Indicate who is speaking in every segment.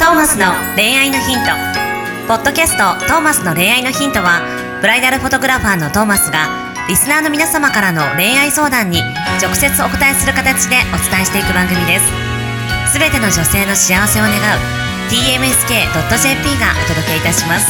Speaker 1: ーマスの恋愛のヒント。ポッドキャストトーマスの恋愛のヒントは、ブライダルフォトグラファーのトーマスがリスナーの皆様からの恋愛相談に直接お答えする形でお伝えしていく番組です。すべての女性の幸せを願う tmsk.jp がお届けいたします。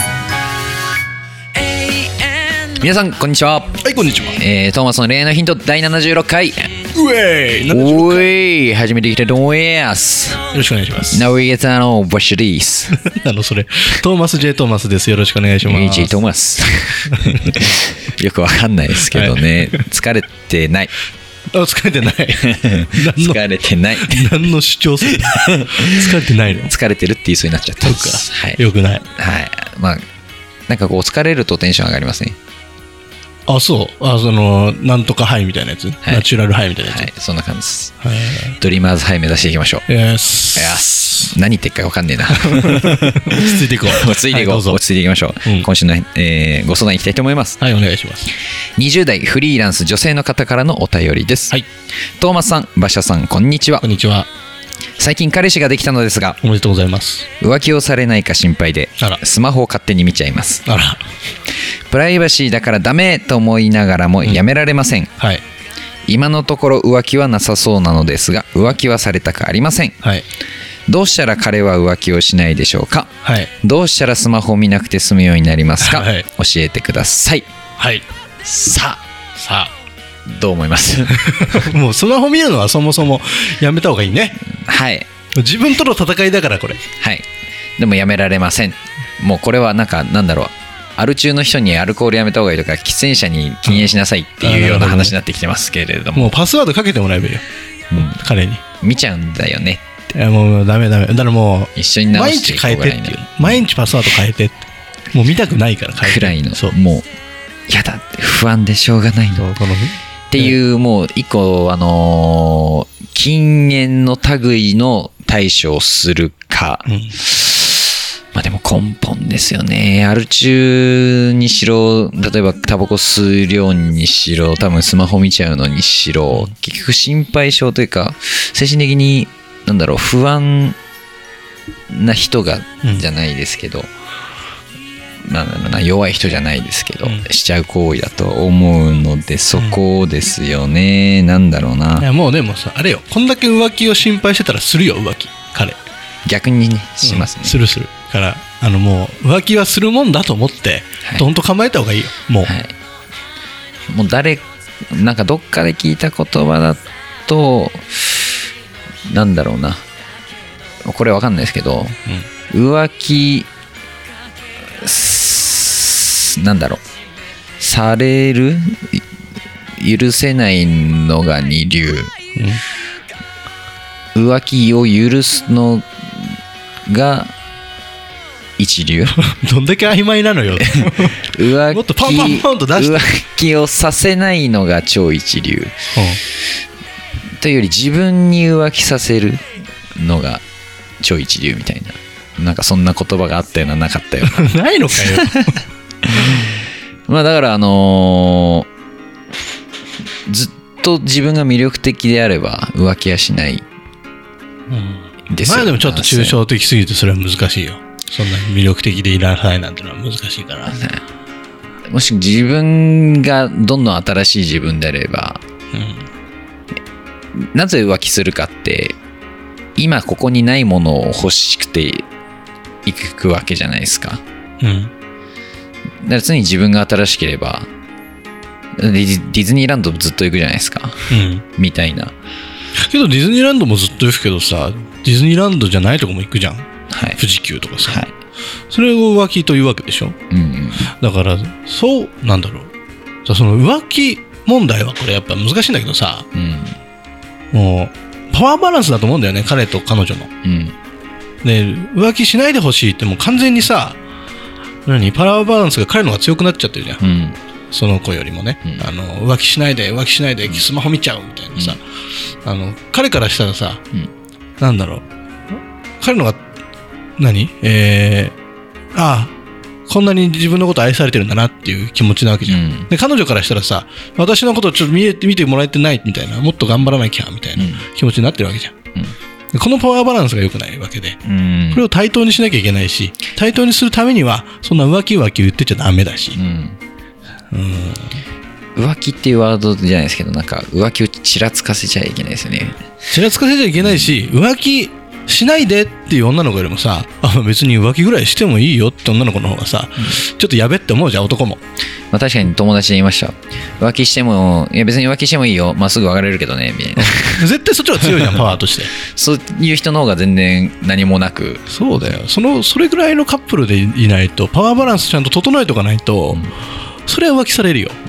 Speaker 2: 皆さんこんにちは。
Speaker 3: はい、こんにちは。
Speaker 2: トーマスの恋愛のヒント第76回。
Speaker 3: うえい、
Speaker 2: おい、始めていきたいと思います。
Speaker 3: よろしくお願いします。
Speaker 2: ナウイゲタのバッシュリース。
Speaker 3: それトーマス J トーマスです。よろしくお願いします。
Speaker 2: J トーマス。よくわかんないですけどね、はい、疲れてない。
Speaker 3: 疲れてない。
Speaker 2: 疲れてない。
Speaker 3: 何の主張する。疲れてないの。
Speaker 2: 疲れてるって言いそうになっちゃったんです。
Speaker 3: はい、よくない。
Speaker 2: はい。まあなんかこう疲れるとテンション上がりますね。
Speaker 3: あ、そう。なんとかハイみたいなやつ、はい、ナチュラルハイみたいなやつ、
Speaker 2: はい、そんな感じです。
Speaker 3: はい、
Speaker 2: ドリーマーズハイ目指していきましょう。何言ってるか分かんねえな。
Speaker 3: 落ち着いていこう。
Speaker 2: 落ち着いていこう。はい、落ち着いていきましょう。今週の、ご相談いきたいと思います。
Speaker 3: はい、お願いします。
Speaker 2: 20代フリーランス女性の方からのお便りです。はい、トーマスさん、馬車さん、こんにちは。
Speaker 3: こんにちは。
Speaker 2: 最近彼氏ができたのですが、
Speaker 3: おめでとうございます。
Speaker 2: 浮気をされないか心配でスマホを勝手に見ちゃいます。
Speaker 3: あら、
Speaker 2: プライバシーだからダメと思いながらもやめられません。はい、今のところ浮気はなさそうなのですが、浮気はされたくありません。はい、どうしたら彼は浮気をしないでしょうか。はい、どうしたらスマホを見なくて済むようになりますか。はい、教えてください。はい、さあどう思います？
Speaker 3: もうスマホ見るのはそもそもやめた方がいいね。
Speaker 2: はい、
Speaker 3: 自分との戦いだからこれ。
Speaker 2: はい、でもやめられません。もうこれはなんだろう、アル中の人にアルコールやめた方がいいとか、喫煙者に禁煙しなさいっていうような話になってきてますけれども、
Speaker 3: もうパスワードかけてもらえばいいよ、彼に。
Speaker 2: 見ちゃうんだよねって。
Speaker 3: もうダメだからもう
Speaker 2: 一緒に直していこうぐらいに。
Speaker 3: 毎日変えてっていう、毎日パスワード変えてって、もう見たくないから変えてく
Speaker 2: らいの。もうやだって不安でしょうがないのっていう、もう一個禁煙の類の対処をするか、まあでも根本ですよね。アル中にしろ、例えばタバコ吸う量にしろ、多分スマホ見ちゃうのにしろ、結局心配性というか精神的に不安な人がじゃないですけど、弱い人じゃないですけど、しちゃう行為だと思うので、そこですよね。なんだろうな。
Speaker 3: いやもうでもさ、あれよ、こんだけ浮気を心配してたらするよ、浮気彼。
Speaker 2: 逆にね、しますね。
Speaker 3: するからもう浮気はするもんだと思ってどんと構えた方がいいよ。もう、はい、
Speaker 2: もうどっかで聞いた言葉だと、なんだろうな、これわかんないですけど、浮気される、許せないのが二流、浮気を許すのが一流。
Speaker 3: どんだけ曖昧なのよ。もっとパンパンパンと出して。
Speaker 2: 浮気をさせないのが超一流、というより自分に浮気させるのが超一流みたいな、なんかそんな言葉があったようななかったような。
Speaker 3: ないのかよ。
Speaker 2: まあだからずっと自分が魅力的であれば浮気はしないですよ。
Speaker 3: まあでもちょっと抽象的すぎてそれは難しいよ。そんなに魅力的でいらないなんてのは難しいから、
Speaker 2: もし自分がどんどん新しい自分であれば、なぜ浮気するかって、今ここにないものを欲しくていくわけじゃないですか。だから常に自分が新しければ、ディズニーランドずっと行くじゃないですか、みたいな。
Speaker 3: けどディズニーランドもずっと行くけどさ、ディズニーランドじゃないとこも行くじゃん、はい、富士急とかさ、はい、それを浮気というわけでしょ、だからそうなんだろう。その浮気問題はこれやっぱ難しいんだけどさ、もうパワーバランスだと思うんだよね、彼と彼女の。で浮気しないでほしいってもう完全にさ、パワーバランスが彼の方が強くなっちゃってるじゃん、その子よりもね、浮気しないでスマホ見ちゃうみたいなさ、彼からしたらさ、なんだろう、彼のがこんなに自分のこと愛されてるんだなっていう気持ちなわけじゃん、で彼女からしたらさ、私のことちょっと見てもらえてないみたいな、もっと頑張らなきゃみたいな気持ちになってるわけじゃん、 このパワーバランスが良くないわけで、これを対等にしなきゃいけないし、対等にするためにはそんな浮気言ってちゃダメだし、
Speaker 2: 浮気っていうワードじゃないですけど、なんか浮気をちらつかせちゃいけないですよね。
Speaker 3: ちらつかせちゃいけないし、浮気しないでっていう女の子よりもさ、別に浮気ぐらいしてもいいよって女の子の方がさ、ちょっとやべって思うじゃん、男も。
Speaker 2: まあ確かに友達に言いました。浮気しても、いや別に浮気してもいいよ、まあすぐ別れるけどねみたいな。
Speaker 3: 絶対そっちが強いじゃん、パワーとして。
Speaker 2: そういう人の方が全然何もなく。
Speaker 3: そうだよ。それぐらいのカップルでいないと、パワーバランスちゃんと整えとかないと、それは浮気されるよ。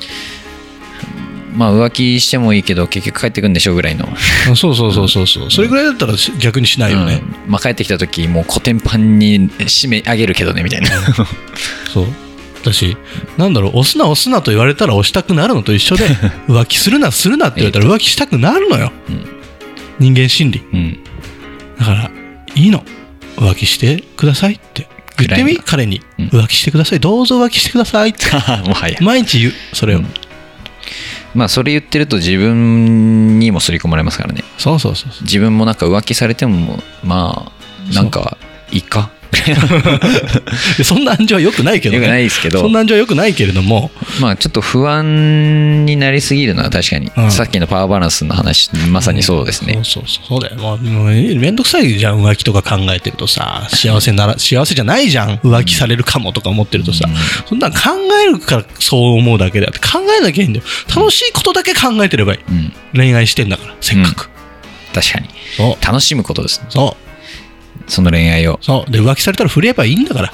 Speaker 2: まあ浮気してもいいけど結局帰ってくるんでしょぐらいの。
Speaker 3: そうそれぐらいだったら逆にしないよね。
Speaker 2: まあ帰ってきた時もうコテンパンに締め上げるけどねみたいな。
Speaker 3: そう私なんだろう、押すなと言われたら押したくなるのと一緒で、浮気するなって言われたら浮気したくなるのよ、人間心理、だからいいの、浮気してくださいって言ってみ、彼に、浮気してください、どうぞ浮気してくださいって
Speaker 2: もはや
Speaker 3: 毎日言う、それを、
Speaker 2: まあそれ言ってると自分にも刷り込まれますからね。
Speaker 3: そう
Speaker 2: 自分もなんか浮気されてもまあなんかいいか
Speaker 3: そんな暗示は良くないけどね。
Speaker 2: 良くないですけど、
Speaker 3: そんな暗示は良くないけれども、
Speaker 2: まあちょっと不安になりすぎるのは確かに、さっきのパワーバランスの話まさにそうですね。
Speaker 3: そうだよ。もうめんどくさいじゃん、浮気とか考えてるとさ、幸せじゃないじゃん、浮気されるかもとか思ってるとさ、そんな考えるからそう思うだけであって、考えなきゃいいんだよ。楽しいことだけ考えてればいい、恋愛してんだから、せっかく、
Speaker 2: 確かに楽しむことです。その恋愛を。
Speaker 3: そうで、浮気されたら振ればいいんだから。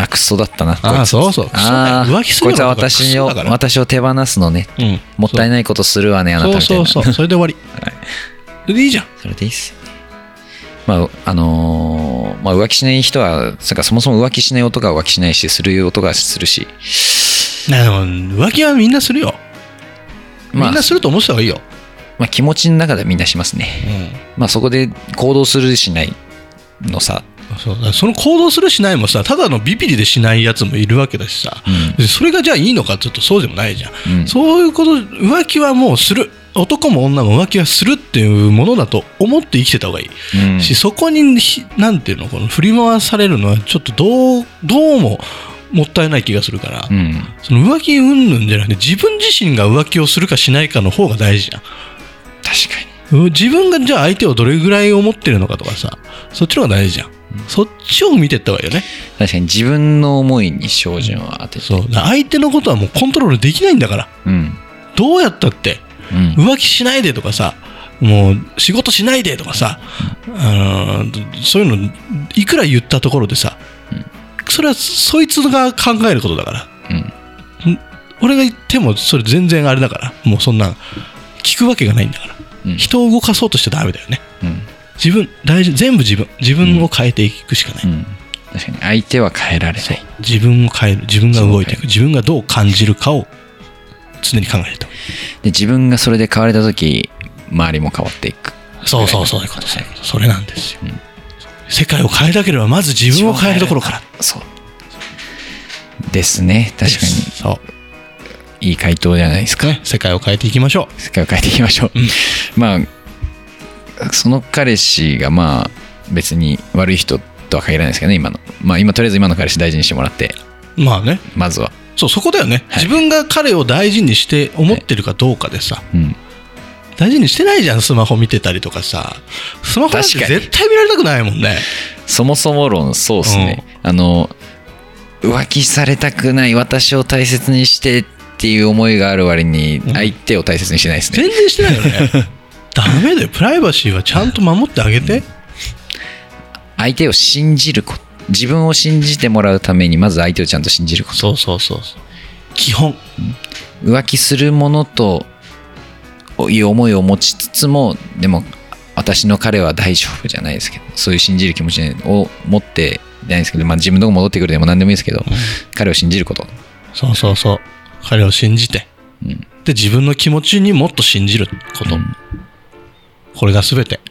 Speaker 2: クソだったな。
Speaker 3: そう浮気する
Speaker 2: こいつは私を手放すのね、もったいないことするわねあなたみたいな。
Speaker 3: それで終わり、それでいいじゃん。
Speaker 2: それでいいっす。まあ浮気しない人はそもそも浮気しない男は浮気しないし、する男はするし。
Speaker 3: でも浮気はみんなするよ。みんなすると思ってた方がいいよ。
Speaker 2: まあ気持ちの中ではみんなしますね。まあそこで行動するしないのさ、
Speaker 3: その行動するしないもさ、ただのビビリでしないやつもいるわけだしさ、それがじゃあいいのかって言うとそうでもないじゃん、そういうこと、浮気はもうする、男も女も浮気はするっていうものだと思って生きてた方がいい、し、そこになんていうの、この振り回されるのはちょっとどうももったいない気がするから、その浮気云々じゃなくて、自分自身が浮気をするかしないかの方が大事じゃん。
Speaker 2: 確かに
Speaker 3: 自分がじゃあ相手をどれぐらい思ってるのかとかさ、そっちの方が大事じゃん、そっちを見ていった方がいいよね。
Speaker 2: 確かに自分の思いに照準を当てて、
Speaker 3: そう相手のことはもうコントロールできないんだから、どうやったって、浮気しないでとかさ、もう仕事しないでとかさ、そういうのいくら言ったところでさ、それはそいつが考えることだから、俺が言ってもそれ全然あれだから、もうそんな聞くわけがないんだから、人を動かそうとしちゃダメだよね、自分全部自分を変えていくしかない、
Speaker 2: 確かに相手は変えられない、
Speaker 3: 自分を変える、自分が動いていく、自分がどう感じるかを常に考えると、
Speaker 2: で自分がそれで変われた時周りも変わっていく。
Speaker 3: そういうことそれなんですよ、世界を変えたければまず自分を変えるところから。そう
Speaker 2: ですね。確かにそういい回答じゃないですか、
Speaker 3: 世界を変えていきましょう。
Speaker 2: まあその彼氏がまあ別に悪い人とは限らないですけどね、今とりあえず今の彼氏大事にしてもらって、
Speaker 3: まあね、
Speaker 2: まずは
Speaker 3: そこだよね、自分が彼を大事にして思ってるかどうかでさ、大事にしてないじゃん、スマホ見てたりとかさ、スマホなんて絶対見られたくないもんね。
Speaker 2: そもそも論そうですね、浮気されたくない私を大切にしてっていう思いがある割に相手を大切にしてないですね、
Speaker 3: 全然してないよねダメだよ、プライバシーはちゃんと守ってあげて、
Speaker 2: 相手を信じること、自分を信じてもらうためにまず相手をちゃんと信じること、
Speaker 3: そう基本、
Speaker 2: 浮気するものという思いを持ちつつも、でも私の彼は大丈夫じゃないですけど、そういう信じる気持ちを持ってじゃないですけど、自分のとこ戻ってくるでも何でもいいですけど、彼を信じること、
Speaker 3: そう彼を信じて、で自分の気持ちにもっと信じること、これが全て、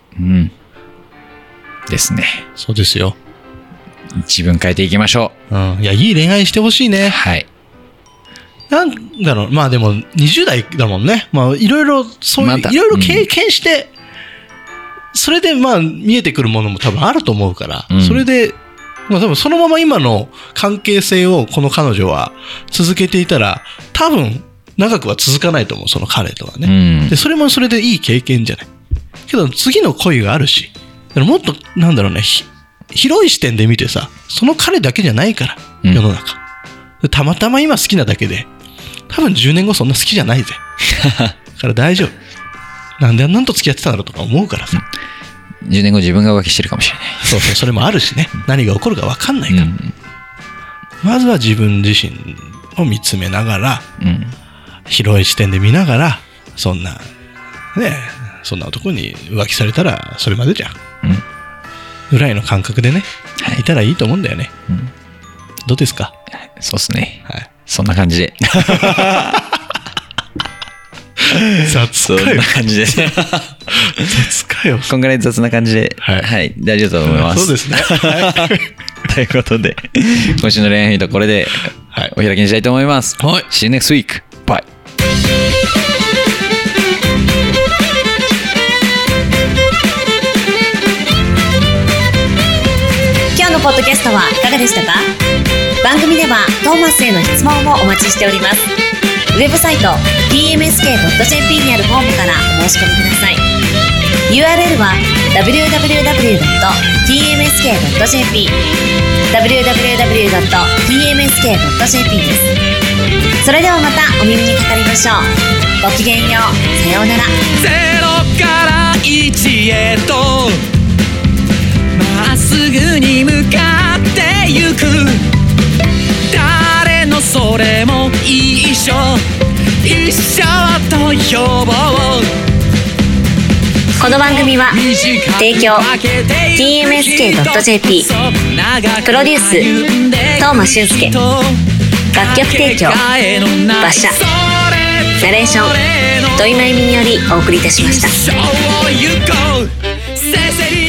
Speaker 3: ですね。そうですよ。
Speaker 2: 自分変えていきましょ
Speaker 3: う。いや、いい恋愛してほしいね。
Speaker 2: はい。
Speaker 3: なんだろう、まあでも20代だもんね。まあいろいろそういう、いろいろ経験して、 それでまあ見えてくるものも多分あると思うから、それで、まあ多分そのまま今の関係性をこの彼女は続けていたら、多分長くは続かないと思う、その彼とはね。で、それもそれでいい経験じゃない。けど次の恋があるし、もっとなんだろうね、広い視点で見てさ、その彼だけじゃないから、世の中。たまたま今好きなだけで、多分10年後そんな好きじゃないぜ。だから大丈夫。なんであんなんと付き合ってたんだろうとか思うからさ。
Speaker 2: 10年後自分が浮気してるかもしれない。
Speaker 3: そうそう、それもあるしね。何が起こるか分かんないから。まずは自分自身を見つめながら、広い視点で見ながら、そんな、ね、そんな男に浮気されたらそれまでじゃん。ぐらいの感覚でね、いたらいいと思うんだよね。どうですか？
Speaker 2: そうっすね。はい。そんな感じで。
Speaker 3: 雑かよ。
Speaker 2: そんな感じで。
Speaker 3: 雑かよ。
Speaker 2: こんぐらい雑な感じで、はい、大丈夫だと思います。
Speaker 3: そうですね。はい。
Speaker 2: ということで、今週の恋愛ヒントこれでお開きにしたいと思います。はい。See you next week. Bye.
Speaker 1: 今日のポッドキャストはいかがでしたか？番組ではトーマスへの質問もお待ちしております。ウェブサイト tmsk.jp にあるフォームからお申し込みください。 URL は www.tmsk.jp www.tmsk.jp です。それではまたお耳にかかりましょう。ごきげんよう。さようなら。
Speaker 4: 0から1へとまっすぐに向かってゆく、誰のそれも一緒と呼ぼう。
Speaker 1: この番組は提供 tmsk.jp プロデュース東間俊介、楽曲提供馬車、ナレーション土井真由美によりお送りいたしました。